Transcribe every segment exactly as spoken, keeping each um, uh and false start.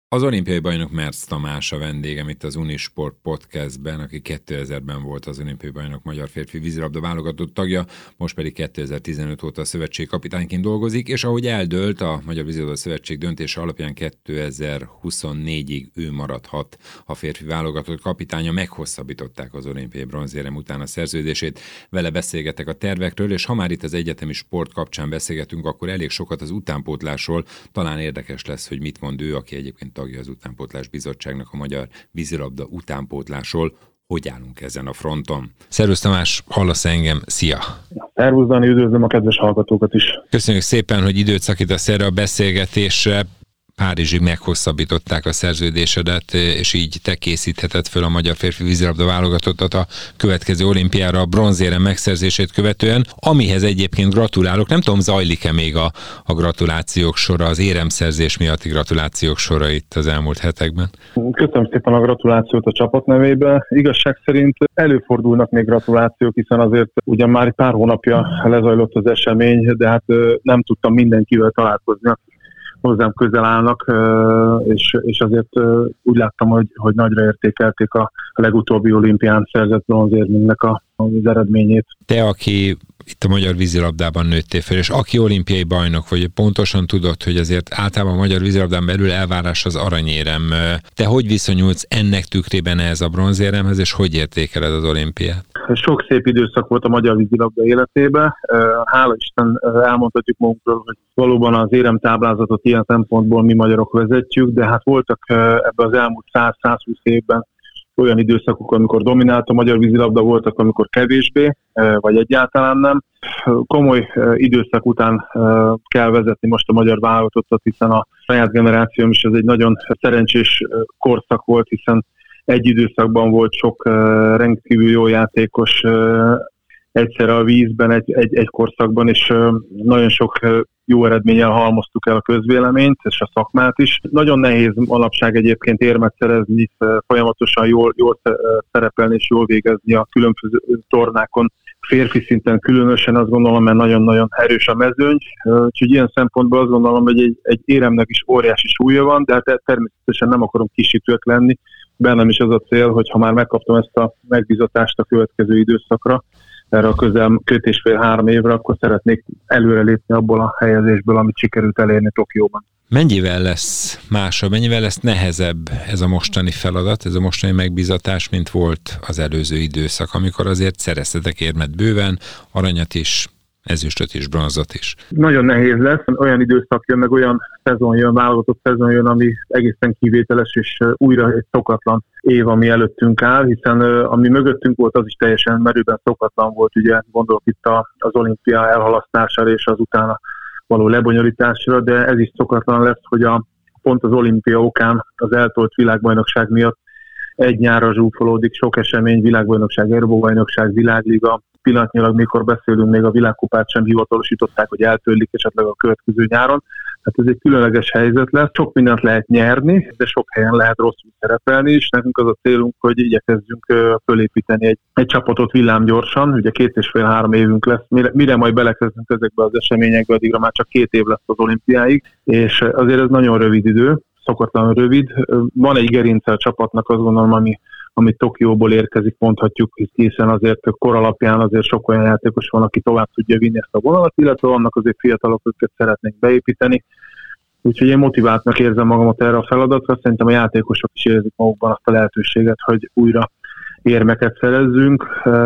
Az olimpiai bajnok Merz Tamás a vendégem itt az Unisport podcastben, aki kétezerben volt az olimpiai bajnok magyar férfi vízilabda válogatott tagja, most pedig kétezer-tizenöt óta a szövetségkapitányként dolgozik, és ahogy eldőlt, a Magyar Vízilabda Szövetség döntése alapján kétezer-huszonnégyig ő maradhat a férfi válogatott kapitánya, meghosszabbították az olimpiai bronzérem után a szerződését. Vele beszélgetek a tervekről, és ha már itt az egyetemi sport kapcsán beszélgetünk, akkor elég sokat az utánpótlásról. Talán érdekes lesz, hogy mit mond ő, aki egyébként tagja az utánpótlás bizottságnak, a Magyar Vízilabda utánpótlásról. Hogy állunk ezen a fronton? Szervusz Tamás, hallasz engem? Szia! Szervusz Dani, üdvözlöm a kedves hallgatókat is! Köszönjük szépen, hogy időt szakítasz erre a beszélgetésre. Párizsig meghosszabbították a szerződésedet, és így te készítheted föl a magyar férfi vízilabda válogatottat a következő olimpiára a bronzérem megszerzését követően, amihez egyébként gratulálok. Nem tudom, zajlik-e még a, a gratulációk sora, az éremszerzés miatti gratulációk sora itt az elmúlt hetekben? Köszönöm szépen a gratulációt a csapat nevébe. Igazság szerint előfordulnak még gratulációk, hiszen azért ugyan már pár hónapja lezajlott az esemény, de hát nem tudtam mindenkivel találkozni, hozzám közel állnak, és, és azért úgy láttam, hogy, hogy nagyra értékelték a legutóbbi olimpián szerzett bronzérmünknek a, az eredményét. Te, aki itt a magyar vízilabdában nőttél fel, és aki olimpiai bajnok vagy, pontosan tudod, hogy azért általában a magyar vízilabdán belül elvárás az aranyérem. Te hogy viszonyulsz ennek tükrében ehhez a bronzéremhez, és hogy értékeled az olimpiát? Sok szép időszak volt a magyar vízilabda életében. Hála Isten elmondhatjuk magunkról, hogy valóban az éremtáblázatot ilyen szempontból mi magyarok vezetjük, de hát voltak ebben az elmúlt száz-százhúsz évben olyan időszakok, amikor dominált a magyar vízilabda, voltak, amikor kevésbé, vagy egyáltalán nem. Komoly időszak után kell vezetni most a magyar válogatottat, hiszen a saját generációm is ez egy nagyon szerencsés korszak volt, hiszen egy időszakban volt sok rendkívül jó játékos egyszerre a vízben, egy, egy, egy korszakban, és nagyon sok jó eredménnyel halmoztuk el a közvéleményt, és a szakmát is. Nagyon nehéz manapság egyébként érmet szerezni, folyamatosan jól, jól szerepelni és jól végezni a különböző tornákon. Férfi szinten különösen azt gondolom, mert nagyon-nagyon erős a mezőny. Úgyhogy ilyen szempontból azt gondolom, hogy egy, egy éremnek is óriási súlya van, de hát természetesen nem akarom kisítők lenni. Bennem is az a cél, hogy ha már megkaptam ezt a megbízatást a következő időszakra, erre a közel két és fél három évre, akkor szeretnék előrelépni abból a helyezésből, amit sikerült elérni Tokióban. Mennyivel lesz másabb, mennyivel lesz nehezebb ez a mostani feladat, ez a mostani megbízatás, mint volt az előző időszak, amikor azért szereztetek érmet bőven, aranyat is, ezüstöt is, bronzot is? Nagyon nehéz lesz, olyan időszak jön, meg olyan szezon jön, válogatott szezon jön, ami egészen kivételes, és újra egy szokatlan év, ami előttünk áll, hiszen ami mögöttünk volt, az is teljesen merőben szokatlan volt, ugye gondolok itt az olimpia elhalasztására és az utána való lebonyolításra, de ez is szokatlan lesz, hogy a, pont az olimpia okán az eltolt világbajnokság miatt egy nyárra zsúfolódik sok esemény, világbajnokság, Európa-bajnokság, világliga. Pillanatnyilag, mikor beszélünk, még a világkupát sem hivatalosították, hogy eltörlik esetleg a következő nyáron. Tehát ez egy különleges helyzet lesz. Sok mindent lehet nyerni, de sok helyen lehet rosszul szerepelni is. Nekünk az a célunk, hogy igyekezzünk fölépíteni egy, egy csapatot villámgyorsan. Ugye két és fél három évünk lesz. Mire, mire majd belekezdünk ezekbe az eseményekbe, addigra már csak két év lesz az olimpiáig. És azért ez nagyon rövid idő, szokatlan rövid. Van egy gerince a csapatnak, azt gondolom, ami ami Tokióból érkezik, mondhatjuk, hiszen azért kor alapján azért sok olyan játékos van, aki tovább tudja vinni ezt a vonalat, illetve vannak azért fiatalok, akiket szeretnénk beépíteni. Úgyhogy én motiváltnak érzem magamat erre a feladatra, szerintem a játékosok is érzik magukban azt a lehetőséget, hogy újra érmeket szerezzünk,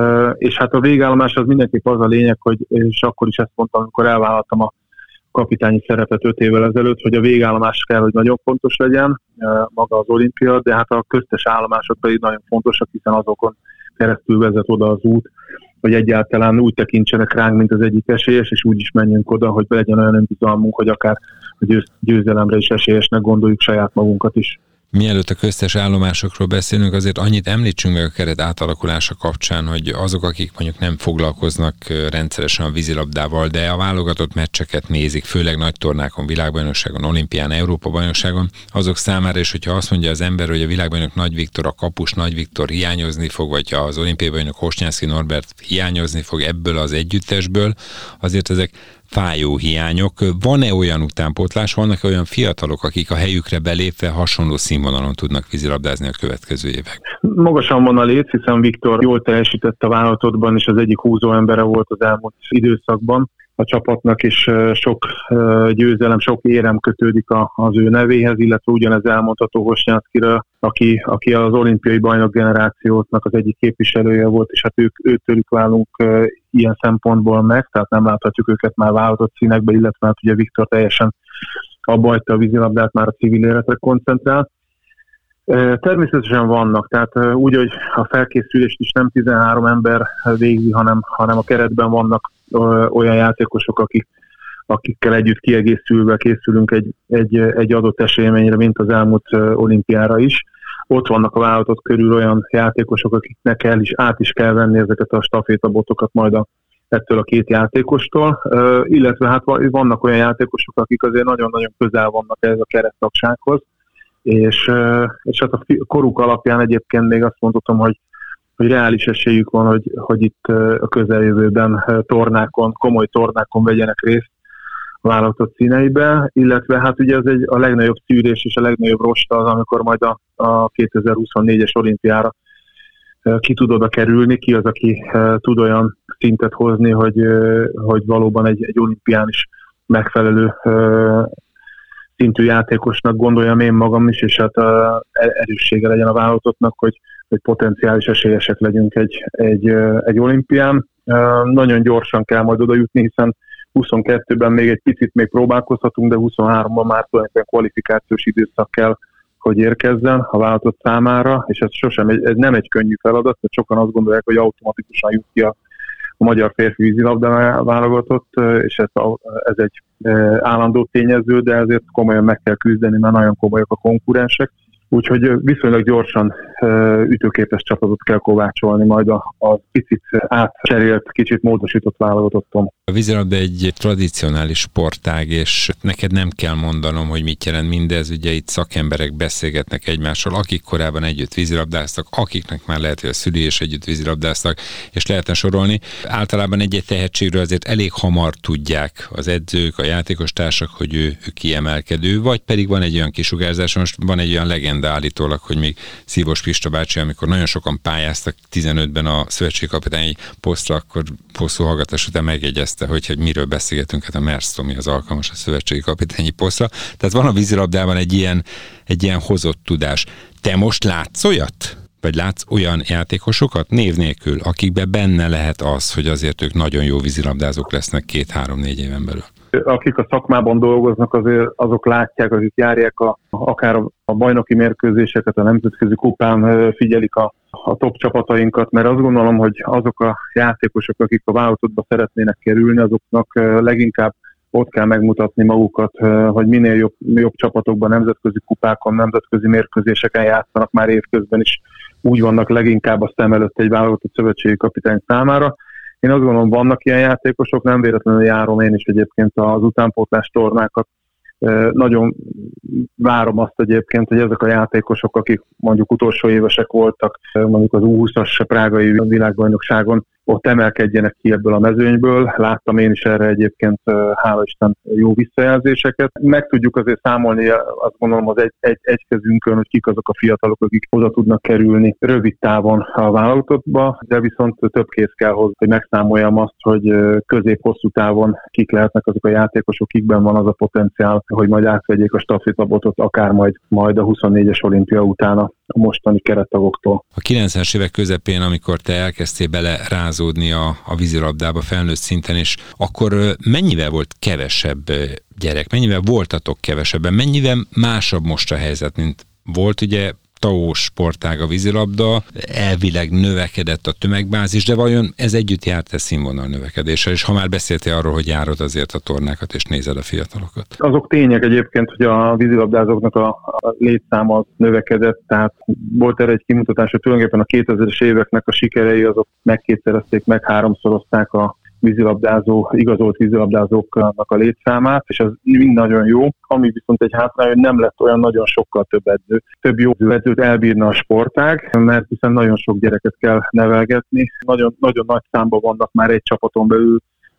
és hát a végállomás az mindenképp az a lényeg, hogy, és akkor is ezt mondtam, amikor elvállaltam a kapitányi szerepet öt évvel ezelőtt, hogy a végállomás kell, hogy nagyon fontos legyen, maga az olimpia, de hát a köztes állomások pedig nagyon fontosak, hiszen azokon keresztül vezet oda az út, hogy egyáltalán úgy tekintsenek ránk, mint az egyik esélyes, és úgy is menjünk oda, hogy legyen olyan önbizalmunk, hogy akár a győzelemre is esélyesnek gondoljuk saját magunkat is. Mielőtt a köztes állomásokról beszélünk, azért annyit említsünk meg a keret átalakulása kapcsán, hogy azok, akik mondjuk nem foglalkoznak rendszeresen a vízilabdával, de a válogatott meccseket nézik, főleg nagy tornákon, világbajnokságon, olimpián, Európa-bajnokságon, azok számára is, hogyha azt mondja az ember, hogy a világbajnok Nagy Viktor, a kapus Nagy Viktor hiányozni fog, vagy az olimpiai bajnok Hosnyánszky Norbert hiányozni fog ebből az együttesből, azért ezek fájó hiányok. Van-e olyan utánpótlás, vannak olyan fiatalok, akik a helyükre belépve hasonló színvonalon tudnak vízilabdázni a következő évek? Magasan van a léc, hiszen Viktor jól teljesített a vállalatodban, és az egyik húzó embere volt az elmúlt időszakban a csapatnak, és sok győzelem, sok érem kötődik az ő nevéhez, illetve ugyanez elmondható Hosnyánszkiről, aki, aki az olimpiai bajnok generációknak az egyik képviselője volt, és hát ők, őtőlük válunk ilyen szempontból meg, tehát nem láthatjuk őket már válogatott színekbe, illetve hát ugye Viktor teljesen abba hagyta a vízilabdát, már a civil életre koncentrál. Természetesen vannak, tehát úgy, hogy a felkészülést is nem tizenhárom ember végzi, hanem, hanem a keretben vannak olyan játékosok, akik, akikkel együtt kiegészülve készülünk egy, egy, egy adott eseményre, mint az elmúlt olimpiára is. Ott vannak a vállalatot körül olyan játékosok, akiknek el is, át is kell venni ezeket a stafétabotokat majd a, ettől a két játékostól, uh, illetve hát vannak olyan játékosok, akik azért nagyon-nagyon közel vannak ehhez a kerettagsághoz, és, uh, és hát a koruk alapján egyébként még azt mondhatom, hogy hogy reális esélyük van, hogy, hogy itt a közeljövőben tornákon, komoly tornákon vegyenek részt a vállalatot színeibe, illetve hát ugye ez egy a legnagyobb szűrés és a legnagyobb rosta az, amikor majd a, a kétezer-huszonnégyes olimpiára ki tud oda kerülni, ki az, aki tud olyan szintet hozni, hogy, hogy valóban egy, egy olimpián is megfelelő szintű játékosnak gondoljam én magam is, és hát erőssége legyen a vállalatotnak, hogy hogy potenciális esélyesek legyünk egy, egy, egy olimpián. Nagyon gyorsan kell majd oda jutni, hiszen huszonkettőben még egy picit még próbálkozhatunk, de huszonháromban már tulajdonképpen kvalifikációs időszak kell, hogy érkezzen a vállalatot számára, és ez sosem egy, ez nem egy könnyű feladat, mert sokan azt gondolják, hogy automatikusan jut ki a, a magyar férfi vízilabda válogatott, és ez, a, ez egy állandó tényező, de ezért komolyan meg kell küzdeni, mert nagyon komolyak a konkurensek. Úgyhogy viszonylag gyorsan ütőképes csapatot kell kovácsolni majd a, a picit átcserélt, kicsit módosított válogatotton. A vízilabda egy tradicionális sportág, és neked nem kell mondanom, hogy mit jelent mindez. Ugye itt szakemberek beszélgetnek egymással, akik korábban együtt vízilabdáztak, akiknek már lehet, hogy a szülei is együtt vízilabdáztak, és lehetne sorolni. Általában egy-egy tehetségről azért elég hamar tudják az edzők, a játékostársak, hogy ő, ő kiemelkedő, vagy pedig van egy olyan kisugárzás, most van egy olyan legenda állítólag, hogy még Szívós Pista bácsi, amikor nagyon sokan pályáztak tizenötben a szövetségkapitányi posztra, akkor hosszú hallgatás után megjegyezte, hogy, hogy miről beszélgetünk, hát a Mersztomi az alkalmas a szövetségi kapitányi posztra. Tehát van a vízilabdában egy ilyen, egy ilyen hozott tudás. Te most látsz olyat? Vagy látsz olyan játékosokat név nélkül, akikben benne lehet az, hogy azért ők nagyon jó vízilabdázók lesznek két-három-négy éven belül? Akik a szakmában dolgoznak, azért azok látják, akik járják a, akár a bajnoki mérkőzéseket, a nemzetközi kupán figyelik a, a top csapatainkat, mert azt gondolom, hogy azok a játékosok, akik a válogatottba szeretnének kerülni, azoknak leginkább ott kell megmutatni magukat, hogy minél jobb, jobb csapatokban, nemzetközi kupákon, nemzetközi mérkőzéseken játszanak már évközben is, úgy vannak leginkább a szem előtt egy válogatott szövetségi kapitány számára. Én azt gondolom, vannak ilyen játékosok, nem véletlenül járom én is egyébként az utánpótlás tornákat. Nagyon várom azt egyébként, hogy ezek a játékosok, akik mondjuk utolsó évesek voltak, mondjuk az U húszas prágai világbajnokságon, ott emelkedjenek ki ebből a mezőnyből. Láttam én is erre egyébként, hála Isten, jó visszajelzéseket. Meg tudjuk azért számolni, azt gondolom, az egy, egy, egy kezünkön, hogy kik azok a fiatalok, akik oda tudnak kerülni rövid távon a válogatottba, de viszont több kéz kell hozzá, hogy megszámoljam azt, hogy közép-hosszú távon kik lehetnek azok a játékosok, kikben van az a potenciál, hogy majd átvegyék a stafétabotot, akár majd, majd a huszonnégyes olimpia után a mostani kerettagoktól. A kilencvenes évek közepén, amikor te elkezdtél bele rázódni a, a vízilabdába felnőtt szinten, és akkor mennyivel volt kevesebb gyerek, mennyivel voltatok kevesebben, mennyivel másabb most a helyzet, mint volt ugye té á o sportág a vízilabda, elvileg növekedett a tömegbázis, de vajon ez együtt járt-e színvonal növekedéssel, és ha már beszéltél arról, hogy járod azért a tornákat, és nézed a fiatalokat? Azok tények egyébként, hogy a vízilabdázóknak a, a létszáma az növekedett, tehát volt erre egy kimutatás, hogy tulajdonképpen a kétezres éveknek a sikerei azok megkétszerezték, meg háromszorozták a vízilabdázó, igazolt vízilabdázóknak a létszámát, és ez mind nagyon jó. Ami viszont egy hátrány, hogy nem lett olyan nagyon sokkal több edző. Több jó edzőt elbírna a sportág, mert hiszen nagyon sok gyereket kell nevelgetni. Nagyon, nagyon nagy számban vannak már egy csapaton belül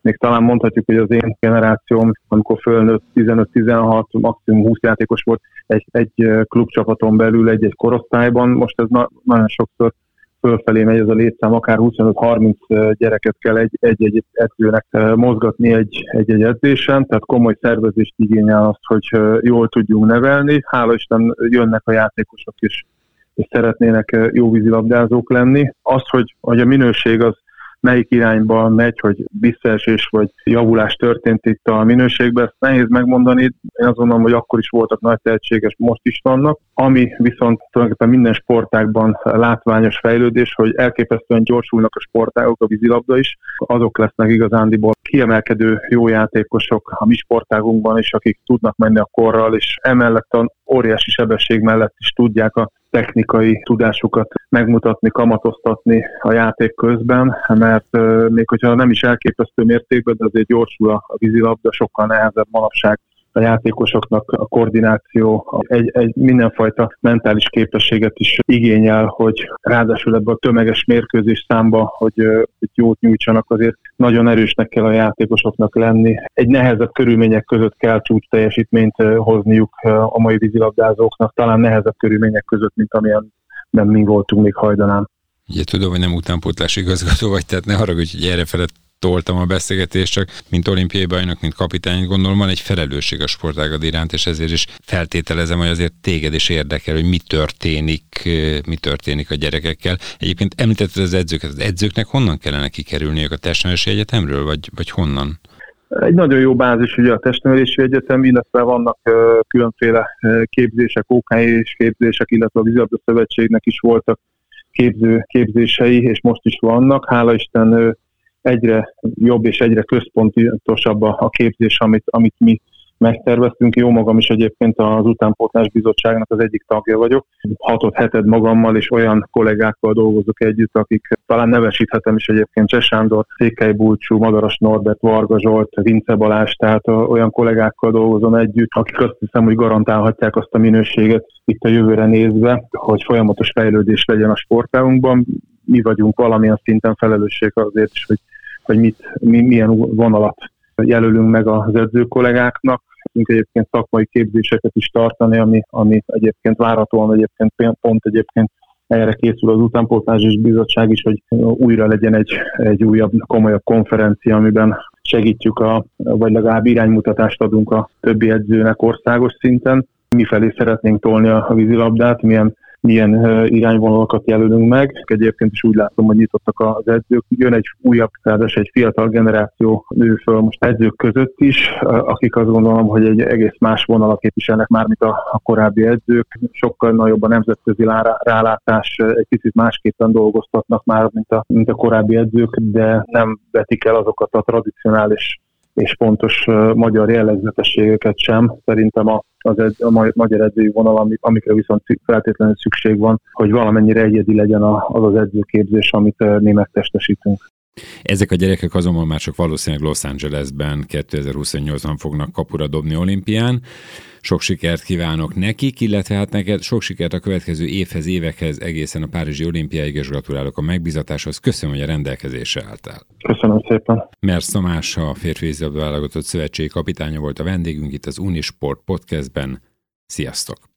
még talán mondhatjuk, hogy az én generációm, amikor fölnőtt tizenöt-tizenhat, maximum húsz játékos volt egy, egy klubcsapaton belül, egy-egy korosztályban, most ez na- nagyon sokszor fölfelé megy ez a létszám, akár huszonöt-harminc gyereket kell egy-egy edzőnek mozgatni egy-egy edzésen, tehát komoly szervezést igényel azt, hogy jól tudjunk nevelni. Hála Isten jönnek a játékosok is, és szeretnének jó vízilabdázók lenni. Az, hogy, hogy a minőség az melyik irányba megy, hogy visszaesés vagy javulás történt itt a minőségben, ezt nehéz megmondani. Én azt gondolom, hogy akkor is voltak nagy tehetséges, most is vannak. Ami viszont tulajdonképpen minden sportágban látványos fejlődés, hogy elképesztően gyorsulnak a sportágok, a vízilabda is. Azok lesznek igazándiból kiemelkedő jó játékosok a mi sportágunkban is, akik tudnak menni a korral, és emellett a óriási sebesség mellett is tudják a technikai tudásukat megmutatni, kamatoztatni a játék közben, mert euh, még hogyha nem is elképesztő mértékben, de azért gyorsul a, a vízilabda, sokkal nehezebb manapság a játékosoknak a koordináció, egy, egy mindenfajta mentális képességet is igényel, hogy ráadásul ebben a tömeges mérkőzés számba, hogy, hogy jót nyújtsanak, azért nagyon erősnek kell a játékosoknak lenni. Egy nehezebb körülmények között kell csúcs teljesítményt hozniuk a mai vízilabdázóknak, talán nehezebb körülmények között, mint amilyen nem mi voltunk még hajdanán. Ugye tudom, hogy nem utánpótlási igazgató vagy, tehát ne haragudj, hogy erre felett toltam a beszélgetést, csak mint olimpiai bajnok, mint kapitány, gondolom van egy felelősség a sportágad iránt, és ezért is feltételezem, hogy azért téged is érdekel, hogy mi történik, mi történik a gyerekekkel. Egyébként említetted az edzőket, az edzőknek honnan kellene kikerülniük a Testnevelési Egyetemről, vagy, vagy honnan? Egy nagyon jó bázis ugye a Testnevelési Egyetem, illetve vannak uh, különféle uh, képzések, ó ká és képzések, illetve a Vízilabda Szövetségnek is voltak képző képzései, és most is vannak. Hála Isten uh, egyre jobb és egyre központosabb a képzés, amit, amit mi megterveztünk. Jó magam is egyébként az Utánpótlás Bizottságnak az egyik tagja vagyok. Hatot heted magammal, és olyan kollégákkal dolgozok együtt, akik talán nevesíthetem is egyébként Cseh Sándor, Székely Bulcsú, Madaras Norbert, Varga Zsolt, Vince Balázs, tehát olyan kollégákkal dolgozom együtt, akik azt hiszem, hogy garantálhatják azt a minőséget itt a jövőre nézve, hogy folyamatos fejlődés legyen a sportágunkban. Mi vagyunk valamilyen szinten felelősség azért is, hogy, hogy mit, mi, milyen vonalat jelölünk meg az edző kollégáknak. Tudunk egyébként szakmai képzéseket is tartani, ami, ami egyébként várhatóan egyébként pont egyébként erre készül az Utánpótlási Bizottság is, hogy újra legyen egy, egy újabb, komolyabb konferencia, amiben segítjük, a, vagy legalább iránymutatást adunk a többi edzőnek országos szinten. Mifelé szeretnénk tolni a vízilabdát, milyen milyen irányvonalakat jelölünk meg. Egyébként is úgy látom, hogy nyitottak az edzők. Jön egy újabb, ráadásul egy fiatal generáció nő föl most edzők között is, akik azt gondolom, hogy egy egész más vonalat képviselnek már, mint a, a korábbi edzők. Sokkal nagyobb a nemzetközi rálátás, egy kicsit másképpen dolgoztatnak már, mint a, mint a korábbi edzők, de nem vetik el azokat a tradicionális és pontos uh, magyar jellegzetességeket sem. Szerintem a, az ed, a magyar edzői vonal, amik, amikre viszont feltétlenül szükség van, hogy valamennyire egyedi legyen a, az az edzőképzés, amit uh, mi megtestesítünk. Ezek a gyerekek azonban már csak valószínűleg Los Angelesben kétezer-huszonnyolcban fognak kapura dobni olimpián. Sok sikert kívánok nekik, illetve hát neked sok sikert a következő évhez, évekhez, egészen a Párizsi olimpiáig, és gratulálok a megbízatáshoz. Köszönöm, hogy a rendelkezésre álltál. Köszönöm szépen. Mersz Tamás, a férfi vízilabda válogatott szövetségi kapitánya volt a vendégünk itt az Unisport Podcastben. Sziasztok!